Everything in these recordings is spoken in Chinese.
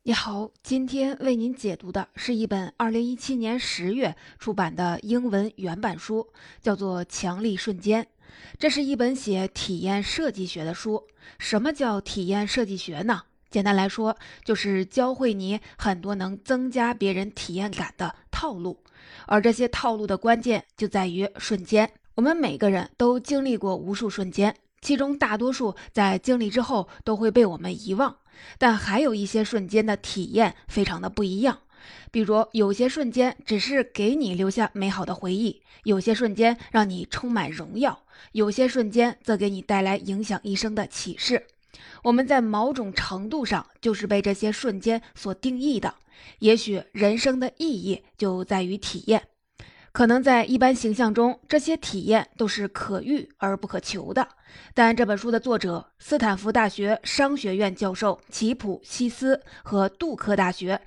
你好，今天为您解读的是一本2017年10月出版的英文原版书，叫做《强力瞬间》。这是一本写体验设计学的书。什么叫体验设计学呢？简单来说，就是教会你很多能增加别人体验感的套路，而这些套路的关键就在于瞬间。我们每个人都经历过无数瞬间，其中大多数在经历之后都会被我们遗忘。但还有一些瞬间的体验非常的不一样，比如有些瞬间只是给你留下美好的回忆，有些瞬间让你充满荣耀，有些瞬间则给你带来影响一生的启示。我们在某种程度上就是被这些瞬间所定义的，也许人生的意义就在于体验。可能在一般形象中，这些体验都是可遇而不可求的。但这本书的作者，斯坦福大学商学院教授齐普希斯和杜克大学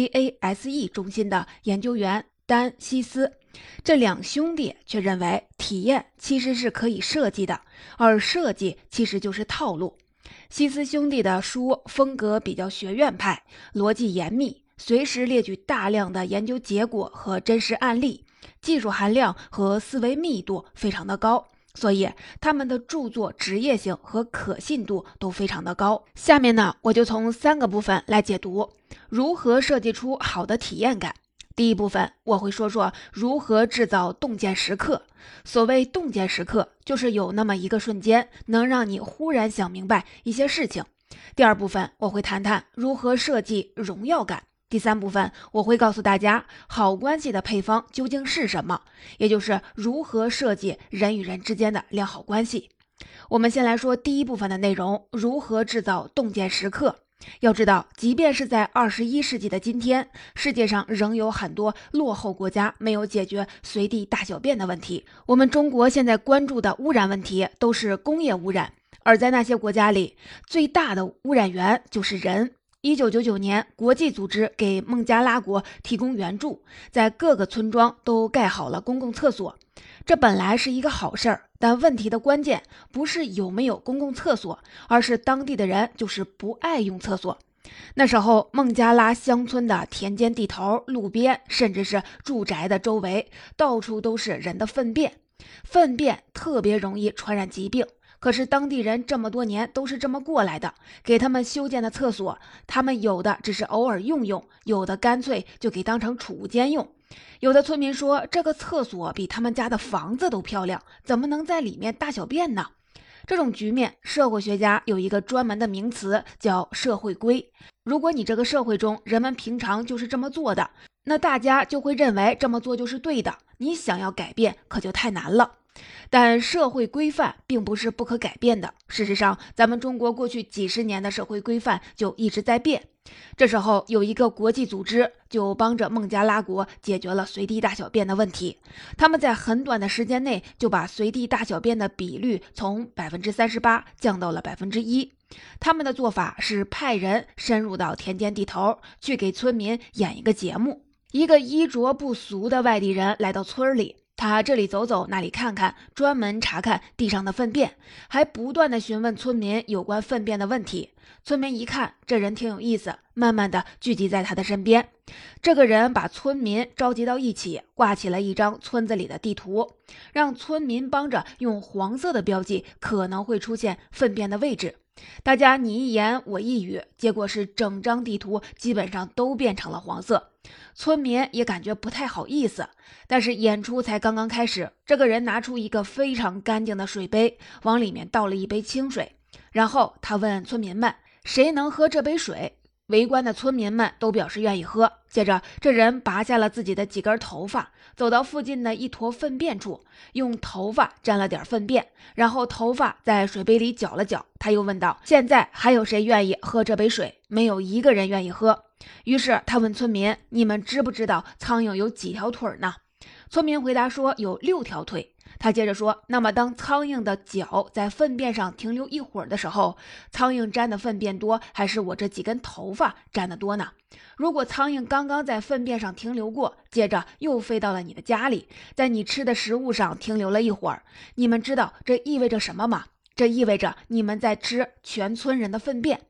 CASE 中心的研究员丹希斯，这两兄弟却认为体验其实是可以设计的，而设计其实就是套路。希斯兄弟的书风格比较学院派，逻辑严密，随时列举大量的研究结果和真实案例，技术含量和思维密度非常的高，所以他们的著作职业性和可信度都非常的高。下面呢，我就从3个部分来解读如何设计出好的体验感。第一部分，我会说说如何制造洞见时刻。所谓洞见时刻，就是有那么一个瞬间，能让你忽然想明白一些事情。第二部分，我会谈谈如何设计荣耀感。第三部分，我会告诉大家好关系的配方究竟是什么，也就是如何设计人与人之间的良好关系。我们先来说第一部分的内容，如何制造洞见时刻。要知道，即便是在21世纪的今天，世界上仍有很多落后国家没有解决随地大小便的问题。我们中国现在关注的污染问题都是工业污染，而在那些国家里，最大的污染源就是人。1999年，国际组织给孟加拉国提供援助，在各个村庄都盖好了公共厕所。这本来是一个好事儿，但问题的关键不是有没有公共厕所，而是当地的人就是不爱用厕所。那时候，孟加拉乡村的田间地头、路边，甚至是住宅的周围，到处都是人的粪便。粪便特别容易传染疾病，可是当地人这么多年都是这么过来的，给他们修建的厕所，他们有的只是偶尔用用，有的干脆就给当成储物间用。有的村民说，这个厕所比他们家的房子都漂亮，怎么能在里面大小便呢？这种局面，社会学家有一个专门的名词叫社会规。如果你这个社会中人们平常就是这么做的，那大家就会认为这么做就是对的，你想要改变可就太难了。但社会规范并不是不可改变的，事实上，咱们中国过去几十年的社会规范就一直在变。这时候有一个国际组织就帮着孟加拉国解决了随地大小便的问题，他们在很短的时间内就把随地大小便的比率从 38% 降到了 1%。他们的做法是派人深入到田间地头，去给村民演一个节目。一个衣着不俗的外地人来到村里，他这里走走那里看看，专门查看地上的粪便，还不断地询问村民有关粪便的问题。村民一看这人挺有意思，慢慢地聚集在他的身边。这个人把村民召集到一起，挂起了一张村子里的地图，让村民帮着用黄色的标记可能会出现粪便的位置。大家你一言我一语，结果是整张地图基本上都变成了黄色。村民也感觉不太好意思，但是演出才刚刚开始，这个人拿出一个非常干净的水杯，往里面倒了一杯清水，然后他问村民们，谁能喝这杯水？围观的村民们都表示愿意喝。接着，这人拔下了自己的几根头发，走到附近的一坨粪便处，用头发沾了点粪便，然后头发在水杯里搅了搅。他又问道：“现在还有谁愿意喝这杯水？”没有一个人愿意喝。于是他问村民：“你们知不知道苍蝇有几条腿呢？”村民回答说有6条腿。他接着说，那么当苍蝇的脚在粪便上停留一会儿的时候，苍蝇沾的粪便多还是我这几根头发沾的多呢？如果苍蝇刚刚在粪便上停留过，接着又飞到了你的家里，在你吃的食物上停留了一会儿，你们知道这意味着什么吗？这意味着你们在吃全村人的粪便。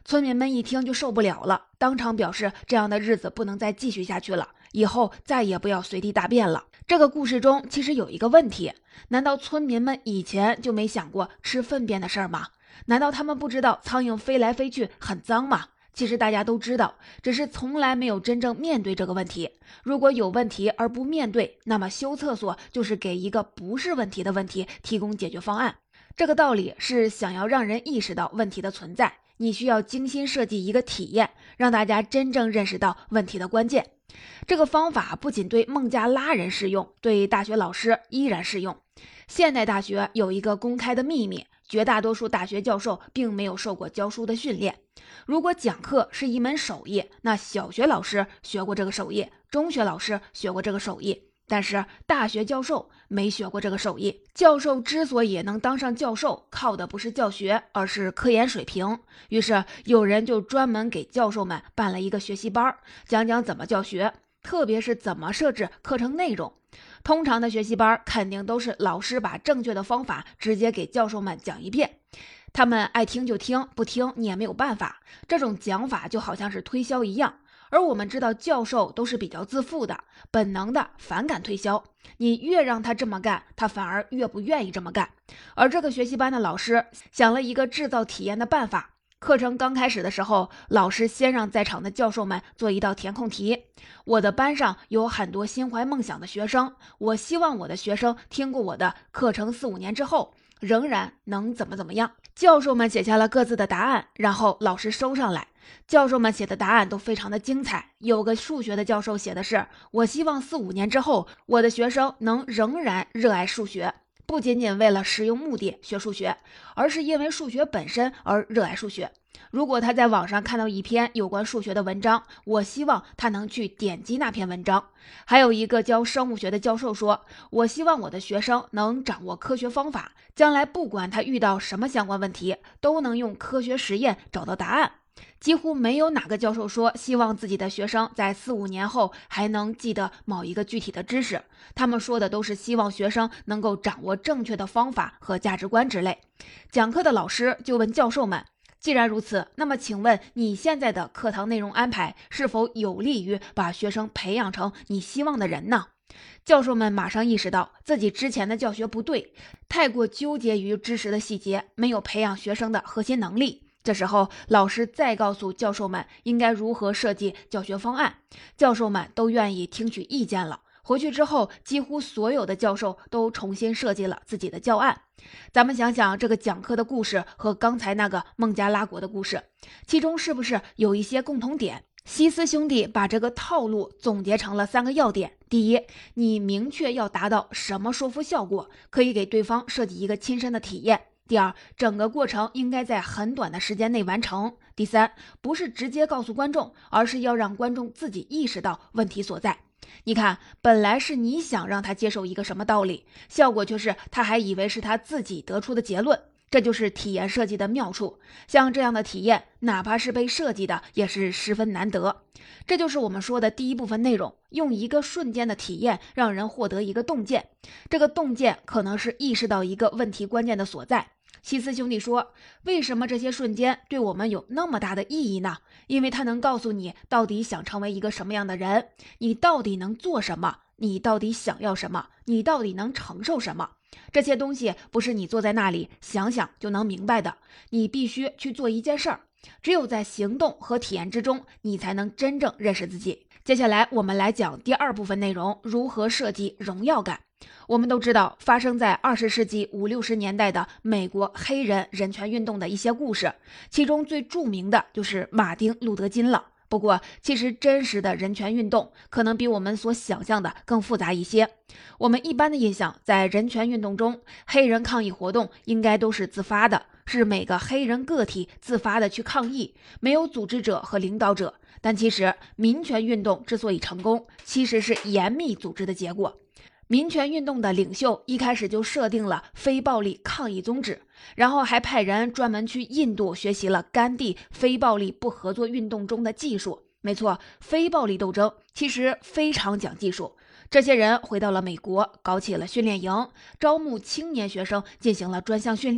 村民们一听就受不了了，当场表示这样的日子不能再继续下去了，以后再也不要随地大便了。这个故事中其实有一个问题，难道村民们以前就没想过吃粪便的事儿吗？难道他们不知道苍蝇飞来飞去很脏吗？其实大家都知道，只是从来没有真正面对这个问题。如果有问题而不面对，那么修厕所就是给一个不是问题的问题提供解决方案。这个道理是想要让人意识到问题的存在，你需要精心设计一个体验，让大家真正认识到问题的关键。这个方法不仅对孟加拉人适用，对大学老师依然适用。现代大学有一个公开的秘密，绝大多数大学教授并没有受过教书的训练。如果讲课是一门手艺，那小学老师学过这个手艺，中学老师学过这个手艺，但是大学教授没学过这个手艺。教授之所以能当上教授，靠的不是教学，而是科研水平。于是有人就专门给教授们办了一个学习班，讲讲怎么教学，特别是怎么设置课程内容。通常的学习班肯定都是老师把正确的方法直接给教授们讲一遍，他们爱听就听，不听你也没有办法。这种讲法就好像是推销一样，而我们知道教授都是比较自负的，本能的反感推销，你越让他这么干，他反而越不愿意这么干。而这个学习班的老师想了一个制造体验的办法。课程刚开始的时候，老师先让在场的教授们做一道填空题。我的班上有很多心怀梦想的学生，我希望我的学生听过我的课程4-5年之后，仍然能怎么样。教授们写下了各自的答案，然后老师收上来。教授们写的答案都非常的精彩，有个数学的教授写的是，我希望4-5年之后，我的学生能仍然热爱数学，不仅仅为了实用目的学数学，而是因为数学本身而热爱数学。如果他在网上看到一篇有关数学的文章，我希望他能去点击那篇文章。还有一个教生物学的教授说，我希望我的学生能掌握科学方法，将来不管他遇到什么相关问题，都能用科学实验找到答案。几乎没有哪个教授说希望自己的学生在4-5年后还能记得某一个具体的知识，他们说的都是希望学生能够掌握正确的方法和价值观之类。讲课的老师就问教授们，既然如此，那么请问你现在的课堂内容安排是否有利于把学生培养成你希望的人呢？教授们马上意识到自己之前的教学不对，太过纠结于知识的细节，没有培养学生的核心能力。这时候老师再告诉教授们应该如何设计教学方案，教授们都愿意听取意见了。回去之后，几乎所有的教授都重新设计了自己的教案。咱们想想这个讲课的故事和刚才那个孟加拉国的故事，其中是不是有一些共同点？西斯兄弟把这个套路总结成了3个要点。第一，你明确要达到什么说服效果，可以给对方设计一个亲身的体验。第二，整个过程应该在很短的时间内完成。第三，不是直接告诉观众，而是要让观众自己意识到问题所在。你看，本来是你想让他接受一个什么道理，效果却是他还以为是他自己得出的结论。这就是体验设计的妙处。像这样的体验，哪怕是被设计的，也是十分难得。这就是我们说的第一部分内容，用一个瞬间的体验让人获得一个洞见。这个洞见可能是意识到一个问题关键的所在。西斯兄弟说，为什么这些瞬间对我们有那么大的意义呢？因为它能告诉你到底想成为一个什么样的人，你到底能做什么，你到底想要什么，你到底能承受什么。这些东西不是你坐在那里想想就能明白的，你必须去做一件事儿。只有在行动和体验之中，你才能真正认识自己。接下来我们来讲第2部分内容，如何设计荣耀感。我们都知道发生在20世纪50-60年代的美国黑人人权运动的一些故事，其中最著名的就是马丁·路德·金了。不过其实真实的人权运动可能比我们所想象的更复杂一些。我们一般的印象，在人权运动中，黑人抗议活动应该都是自发的，是每个黑人个体自发的去抗议，没有组织者和领导者。但其实民权运动之所以成功，其实是严密组织的结果。民权运动的领袖一开始就设定了非暴力抗议宗旨，然后还派人专门去印度学习了甘地非暴力不合作运动中的技术。没错，非暴力斗争其实非常讲技术。这些人回到了美国，搞起了训练营，招募青年学生进行了专项训练。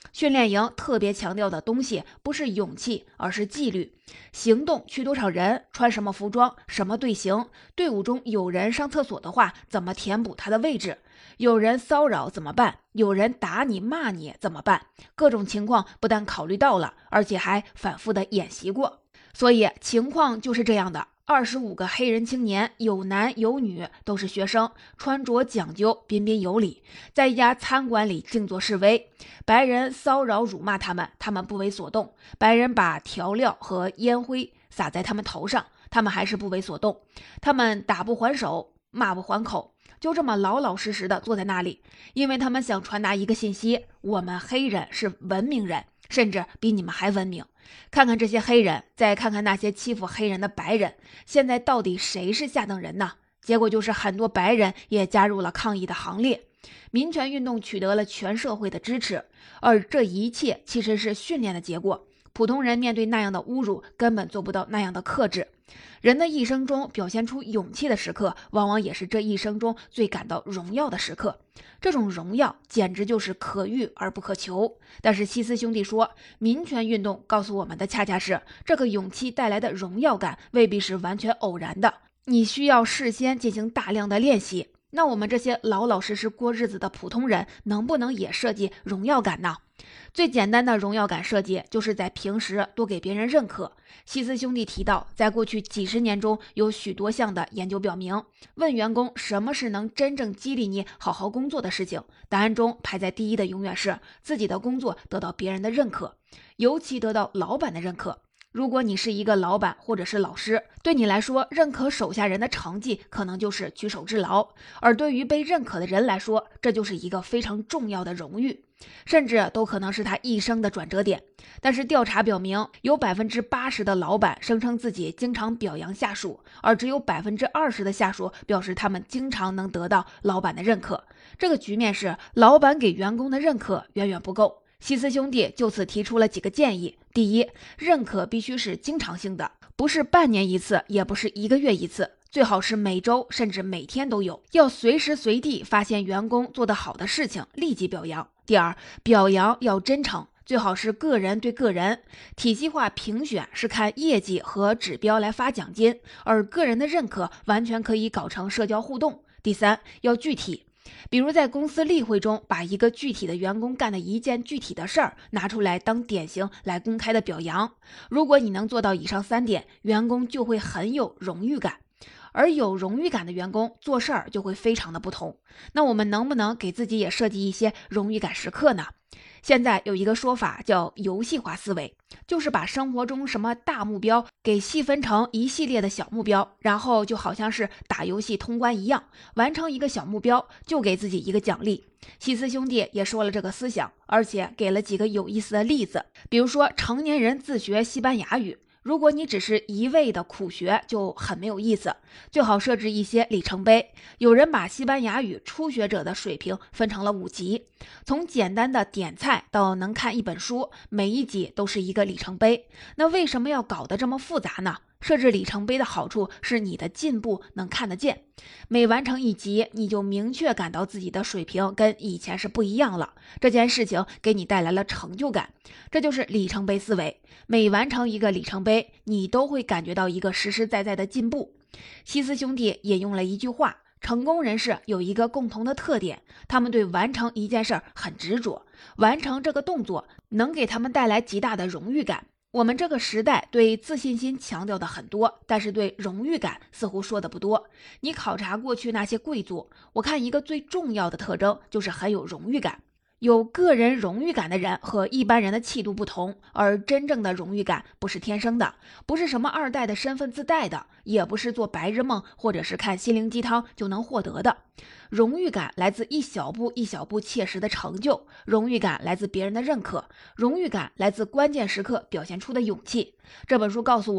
训练营特别强调的东西不是勇气，而是纪律。行动去多少人，穿什么服装，什么队形，队伍中有人上厕所的话，怎么填补他的位置？有人骚扰怎么办？有人打你骂你怎么办？各种情况不但考虑到了，而且还反复的演习过。所以情况就是这样的。25个黑人青年，有男有女，都是学生，穿着讲究，彬彬有礼，在一家餐馆里静坐示威。白人骚扰辱骂他们，他们不为所动；白人把调料和烟灰洒在他们头上，他们还是不为所动。他们打不还手，骂不还口，就这么老老实实的坐在那里，因为他们想传达一个信息：我们黑人是文明人，甚至比你们还文明。看看这些黑人，再看看那些欺负黑人的白人，现在到底谁是下等人呢？结果就是很多白人也加入了抗议的行列，民权运动取得了全社会的支持，而这一切其实是训练的结果。普通人面对那样的侮辱，根本做不到那样的克制。人的一生中表现出勇气的时刻，往往也是这一生中最感到荣耀的时刻。这种荣耀简直就是可遇而不可求。但是西斯兄弟说，民权运动告诉我们的恰恰是，这个勇气带来的荣耀感未必是完全偶然的，你需要事先进行大量的练习。那我们这些老老实实过日子的普通人，能不能也设计荣耀感呢？最简单的荣耀感设计，就是在平时多给别人认可。西斯兄弟提到，在过去几十年中，有许多项的研究表明，问员工什么是能真正激励你好好工作的事情，答案中排在第一的永远是自己的工作得到别人的认可，尤其得到老板的认可。如果你是一个老板或者是老师，对你来说，认可手下人的成绩可能就是举手之劳，而对于被认可的人来说，这就是一个非常重要的荣誉，甚至都可能是他一生的转折点。但是调查表明，有80%的老板声称自己经常表扬下属，而只有20%的下属表示他们经常能得到老板的认可。这个局面是老板给员工的认可远远不够。西斯兄弟就此提出了几个建议。第一，认可必须是经常性的，不是半年一次，也不是1个月一次，最好是每周甚至每天都有，要随时随地发现员工做得好的事情，立即表扬。第二，表扬要真诚，最好是个人对个人，体系化评选是看业绩和指标来发奖金，而个人的认可完全可以搞成社交互动。第三，要具体，比如在公司例会中，把一个具体的员工干的一件具体的事儿拿出来当典型来公开的表扬。如果你能做到以上3点，员工就会很有荣誉感。而有荣誉感的员工做事儿就会非常的不同。那我们能不能给自己也设计一些荣誉感时刻呢？现在有一个说法叫游戏化思维，就是把生活中什么大目标给细分成一系列的小目标，然后就好像是打游戏通关一样，完成一个小目标就给自己一个奖励。西斯兄弟也说了这个思想，而且给了几个有意思的例子，比如说成年人自学西班牙语，如果你只是一味的苦学，就很没有意思，最好设置一些里程碑。有人把西班牙语初学者的水平分成了5级，从简单的点菜到能看一本书，每一级都是一个里程碑。那为什么要搞得这么复杂呢？设置里程碑的好处是你的进步能看得见，每完成1级，你就明确感到自己的水平跟以前是不一样了，这件事情给你带来了成就感，这就是里程碑思维。每完成一个里程碑，你都会感觉到一个实实在在的进步。西斯兄弟引用了一句话，成功人士有一个共同的特点，他们对完成一件事很执着，完成这个动作能给他们带来极大的荣誉感。我们这个时代对自信心强调的很多，但是对荣誉感似乎说的不多。你考察过去那些贵族，我看一个最重要的特征就是很有荣誉感。有个人荣誉感的人和一般人的气度不同，而真正的荣誉感不是天生的，不是什么2代的身份自带的，也不是做白日梦或者是看心灵鸡汤就能获得的。荣誉感来自一小步一小步切实的成就，荣誉感来自别人的认可，荣誉感来自关键时刻表现出的勇气。这本书告诉我们，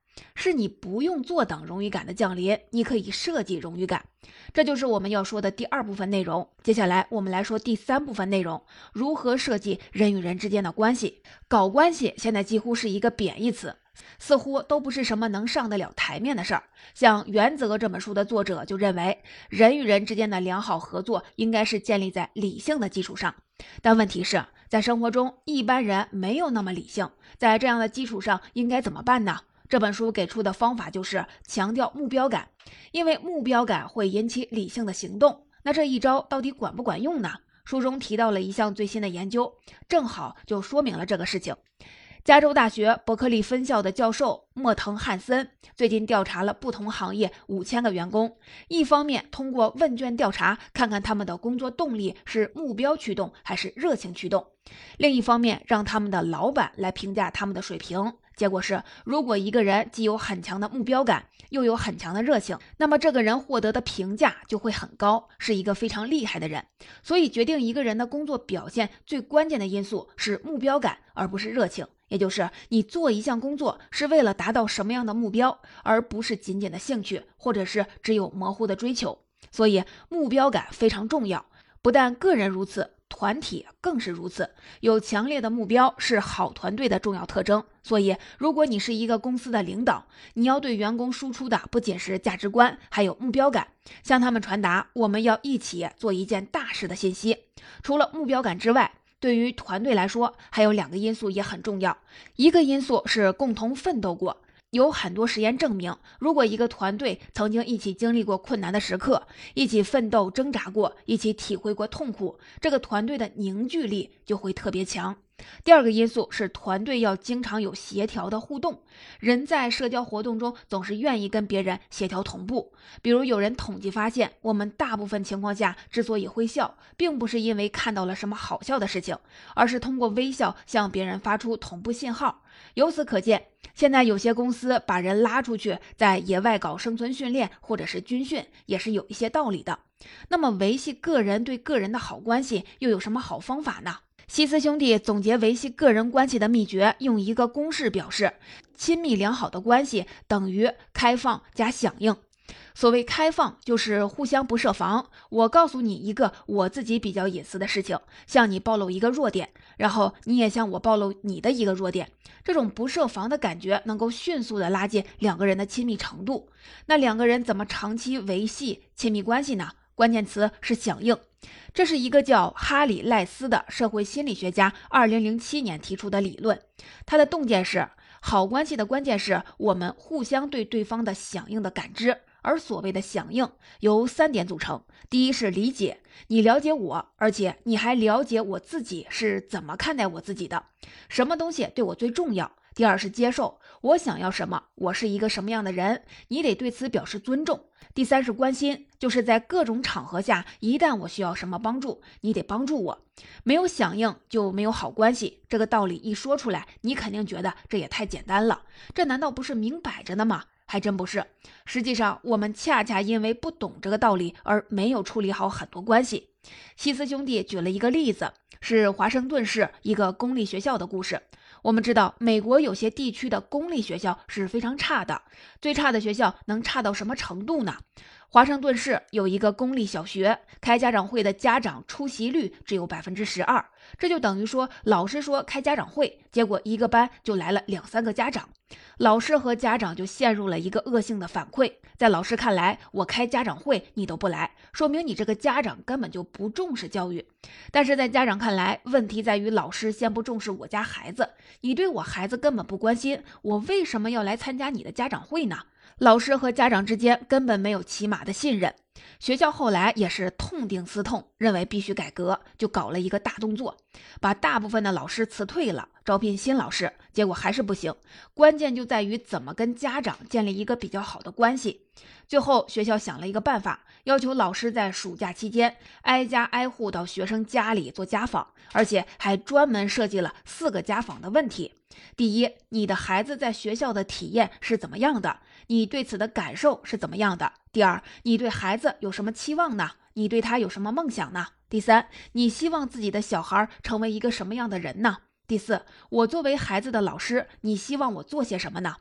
是你不用坐等荣誉感的降临，你可以设计荣誉感。这就是我们要说的第2部分内容。接下来我们来说第3部分内容，如何设计人与人之间的关系。搞关系现在几乎是一个贬义词，似乎都不是什么能上得了台面的事儿。像《原则》这本书的作者就认为，人与人之间的良好合作应该是建立在理性的基础上。但问题是，在生活中一般人没有那么理性，在这样的基础上应该怎么办呢？这本书给出的方法就是强调目标感，因为目标感会引起理性的行动。那这一招到底管不管用呢？书中提到了一项最新的研究，正好就说明了这个事情。加州大学伯克利分校的教授莫腾汉森最近调查了不同行业5000个员工，一方面通过问卷调查看看他们的工作动力是目标驱动还是热情驱动，另一方面让他们的老板来评价他们的水平。结果是，如果一个人既有很强的目标感，又有很强的热情，那么这个人获得的评价就会很高，是一个非常厉害的人。所以决定一个人的工作表现最关键的因素是目标感，而不是热情。也就是你做一项工作是为了达到什么样的目标，而不是仅仅的兴趣，或者是只有模糊的追求。所以目标感非常重要，不但个人如此，团体更是如此。有强烈的目标是好团队的重要特征。所以如果你是一个公司的领导，你要对员工输出的不仅是价值观，还有目标感，向他们传达我们要一起做一件大事的信息。除了目标感之外，对于团队来说，还有2个因素也很重要。一个因素是共同奋斗过。有很多实验证明，如果一个团队曾经一起经历过困难的时刻，一起奋斗挣扎过，一起体会过痛苦，这个团队的凝聚力就会特别强。第2个因素是团队要经常有协调的互动，人在社交活动中总是愿意跟别人协调同步。比如有人统计发现，我们大部分情况下之所以会笑，并不是因为看到了什么好笑的事情，而是通过微笑向别人发出同步信号。由此可见，现在有些公司把人拉出去在野外搞生存训练或者是军训，也是有一些道理的。那么维系个人对个人的好关系又有什么好方法呢？希斯兄弟总结维系个人关系的秘诀，用一个公式表示：亲密良好的关系等于开放加响应。所谓开放，就是互相不设防，我告诉你一个我自己比较隐私的事情，向你暴露一个弱点，然后你也向我暴露你的一个弱点。这种不设防的感觉能够迅速的拉近2个人的亲密程度。那2个人怎么长期维系亲密关系呢？关键词是响应。这是一个叫哈里赖斯的社会心理学家2007年提出的理论。他的洞见是，好关系的关键是我们互相对对方的响应的感知。而所谓的响应由3点组成。第一是理解，你了解我，而且你还了解我自己是怎么看待我自己的，什么东西对我最重要。第2是接受，我想要什么，我是一个什么样的人，你得对此表示尊重。第3是关心，就是在各种场合下，一旦我需要什么帮助，你得帮助我。没有响应就没有好关系，这个道理一说出来，你肯定觉得这也太简单了，这难道不是明摆着的吗？还真不是。实际上我们恰恰因为不懂这个道理而没有处理好很多关系。希斯兄弟举了一个例子，是华盛顿市一个公立学校的故事。我们知道美国有些地区的公立学校是非常差的，最差的学校能差到什么程度呢？华盛顿市有一个公立小学，开家长会的家长出席率只有 12%， 这就等于说老师说开家长会，结果一个班就来了2-3个家长，老师和家长就陷入了一个恶性的反馈。在老师看来，我开家长会你都不来，说明你这个家长根本就不重视教育。但是在家长看来，问题在于老师先不重视我家孩子，你对我孩子根本不关心，我为什么要来参加你的家长会呢？老师和家长之间根本没有起码的信任。学校后来也是痛定思痛，认为必须改革，就搞了一个大动作，把大部分的老师辞退了，招聘新老师，结果还是不行。关键就在于怎么跟家长建立一个比较好的关系。最后学校想了一个办法，要求老师在暑假期间挨家挨户到学生家里做家访，而且还专门设计了4个家访的问题。第一，你的孩子在学校的体验是怎么样的？你对此的感受是怎么样的？第2，你对孩子有什么期望呢？你对他有什么梦想呢？第3，你希望自己的小孩成为一个什么样的人呢？第4，我作为孩子的老师，你希望我做些什么呢？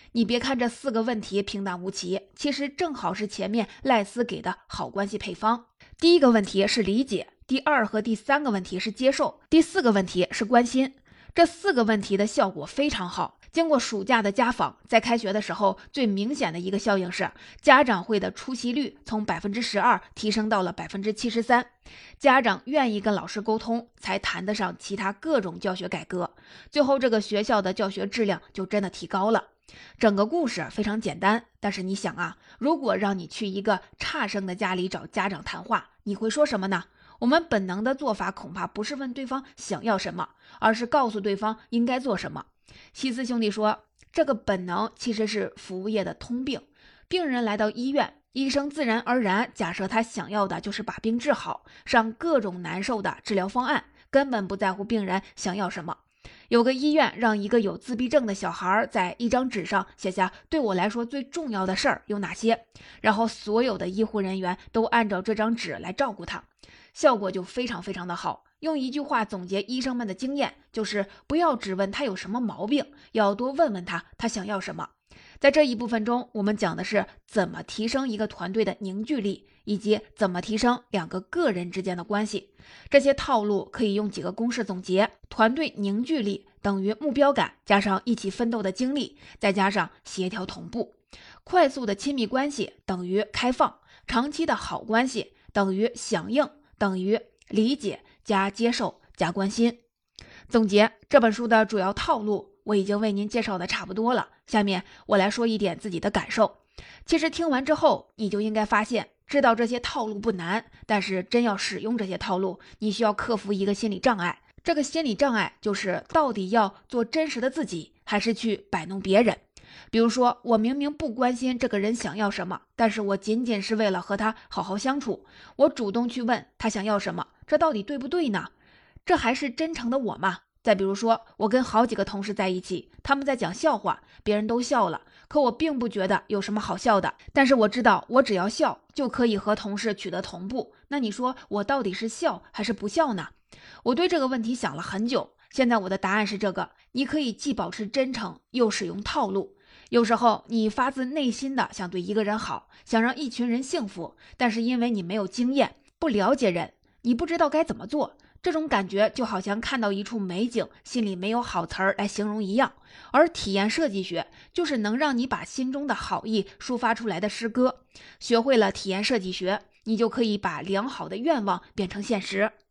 你别看这4个问题平淡无奇，其实正好是前面赖斯给的好关系配方。第1个问题是理解，第2和第3个问题是接受，第4个问题是关心。这4个问题的效果非常好。经过暑假的家访，在开学的时候，最明显的一个效应是，家长会的出席率从 12% 提升到了 73%。家长愿意跟老师沟通，才谈得上其他各种教学改革。最后这个学校的教学质量就真的提高了。整个故事非常简单，但是你想啊，如果让你去一个差生的家里找家长谈话，你会说什么呢？我们本能的做法恐怕不是问对方想要什么，而是告诉对方应该做什么。希斯兄弟说，这个本能其实是服务业的通病。病人来到医院，医生自然而然假设他想要的就是把病治好，上各种难受的治疗方案，根本不在乎病人想要什么。有个医院让一个有自闭症的小孩在一张纸上写下对我来说最重要的事儿有哪些，然后所有的医护人员都按照这张纸来照顾他，效果就非常非常的好。用一句话总结医生们的经验，就是不要只问他有什么毛病，要多问问他想要什么。在这一部分中，我们讲的是怎么提升一个团队的凝聚力，以及怎么提升2个个人之间的关系。这些套路可以用几个公式总结：团队凝聚力等于目标感加上一起奋斗的经历，再加上协调同步；快速的亲密关系等于开放；长期的好关系等于响应，等于理解加接受加关心。总结这本书的主要套路，我已经为您介绍的差不多了，下面我来说一点自己的感受。其实听完之后，你就应该发现，知道这些套路不难，但是真要使用这些套路，你需要克服一个心理障碍。这个心理障碍就是到底要做真实的自己，还是去摆弄别人。比如说，我明明不关心这个人想要什么，但是我仅仅是为了和他好好相处，我主动去问他想要什么，这到底对不对呢？这还是真诚的我吗？再比如说，我跟好几个同事在一起，他们在讲笑话，别人都笑了，可我并不觉得有什么好笑的，但是我知道我只要笑就可以和同事取得同步。那你说我到底是笑还是不笑呢？我对这个问题想了很久，现在我的答案是这个：你可以既保持真诚，又使用套路。有时候你发自内心的想对一个人好，想让一群人幸福，但是因为你没有经验，不了解人，你不知道该怎么做。这种感觉就好像看到一处美景，心里没有好词儿来形容一样。而体验设计学就是能让你把心中的好意抒发出来的诗歌。学会了体验设计学，你就可以把良好的愿望变成现实。